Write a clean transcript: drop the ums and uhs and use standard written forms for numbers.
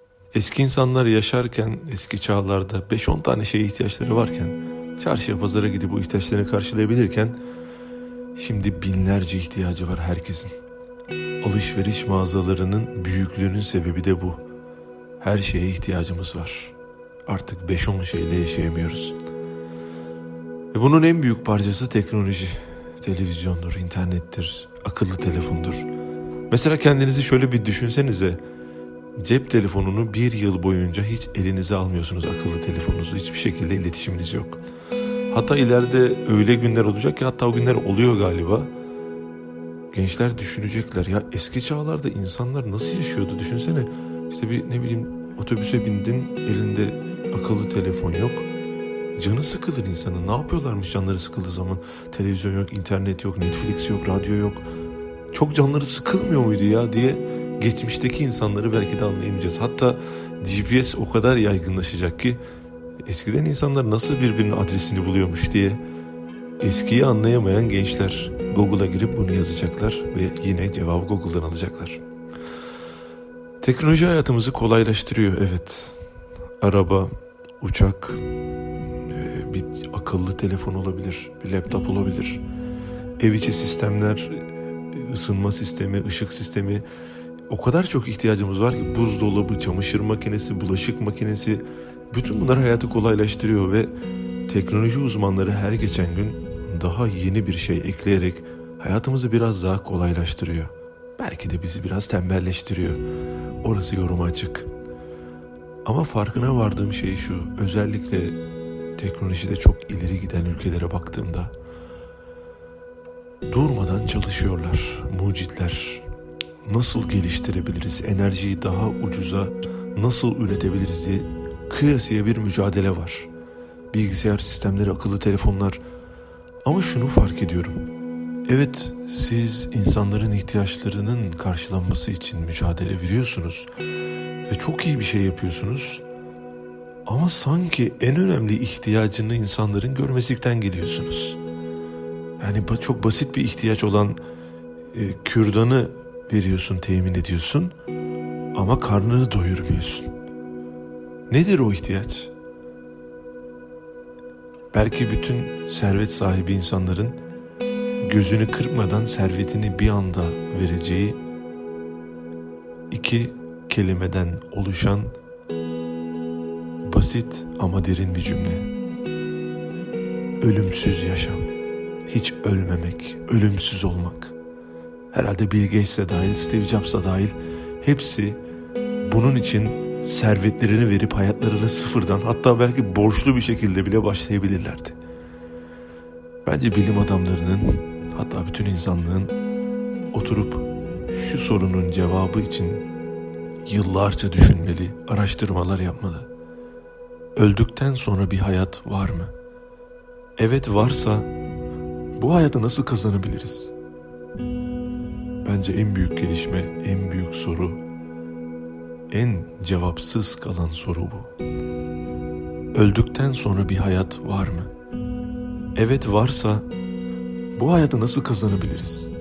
Eski insanlar yaşarken, eski çağlarda 5-10 tane şeye ihtiyaçları varken, çarşıya pazara gidip bu ihtiyaçlarını karşılayabilirken, şimdi binlerce ihtiyacı var herkesin. Alışveriş mağazalarının büyüklüğünün sebebi de bu. Her şeye ihtiyacımız var. Artık 5-10 şeyle yaşayamıyoruz. Ve bunun en büyük parçası teknoloji. Televizyondur, internettir, akıllı telefondur. Mesela kendinizi şöyle bir düşünsenize. Cep telefonunu 1 yıl boyunca hiç elinize almıyorsunuz, akıllı telefonunuzu. Hiçbir şekilde iletişiminiz yok. Hatta ileride öyle günler olacak ki, hatta o günler oluyor galiba. Gençler düşünecekler, ya eski çağlarda insanlar nasıl yaşıyordu düşünsene. İşte bir otobüse bindin, elinde akıllı telefon yok. Canı sıkılır insanın. Ne yapıyorlarmış canları sıkıldığı zaman? Televizyon yok, internet yok, Netflix yok, radyo yok. Çok canları sıkılmıyor muydu ya diye geçmişteki insanları belki de anlayamayacağız. Hatta GPS o kadar yaygınlaşacak ki eskiden insanlar nasıl birbirinin adresini buluyormuş diye eskiyi anlayamayan gençler Google'a girip bunu yazacaklar ve yine cevabı Google'dan alacaklar. Teknoloji hayatımızı kolaylaştırıyor, evet. Araba, uçak, bir akıllı telefon olabilir, bir laptop olabilir. Ev içi sistemler, ısınma sistemi, ışık sistemi, o kadar çok ihtiyacımız var ki buzdolabı, çamaşır makinesi, bulaşık makinesi, bütün bunlar hayatı kolaylaştırıyor ve teknoloji uzmanları her geçen gün daha yeni bir şey ekleyerek hayatımızı biraz daha kolaylaştırıyor. Belki de bizi biraz tembelleştiriyor. Orası yoruma açık. Ama farkına vardığım şey şu, özellikle teknolojide çok ileri giden ülkelere baktığımda durmadan çalışıyorlar, mucitler. Nasıl geliştirebiliriz, enerjiyi daha ucuza nasıl üretebiliriz diye kıyasıya bir mücadele var. Bilgisayar sistemleri, akıllı telefonlar. Ama şunu fark ediyorum. Evet, siz insanların ihtiyaçlarının karşılanması için mücadele veriyorsunuz ve çok iyi bir şey yapıyorsunuz. Ama sanki en önemli ihtiyacını insanların görmezlikten geliyorsunuz. Yani çok basit bir ihtiyaç olan kürdanı veriyorsun, temin ediyorsun ama karnını doyurmuyorsun. Nedir o ihtiyaç? Belki bütün servet sahibi insanların gözünü kırpmadan servetini bir anda vereceği 2 kelimeden oluşan basit ama derin bir cümle. Ölümsüz yaşam. Hiç ölmemek, ölümsüz olmak. Herhalde Bill Gates'e dahil, Steve Jobs'a dahil hepsi bunun için servetlerini verip hayatlarını sıfırdan, hatta belki borçlu bir şekilde bile başlayabilirlerdi. Bence bilim adamlarının, hatta bütün insanlığın oturup şu sorunun cevabı için yıllarca düşünmeli, araştırmalar yapmalı. Öldükten sonra bir hayat var mı? Evet, varsa bu hayatı nasıl kazanabiliriz? Bence en büyük gelişme, en büyük soru, en cevapsız kalan soru bu. Öldükten sonra bir hayat var mı? Evet, varsa bu hayatı nasıl kazanabiliriz?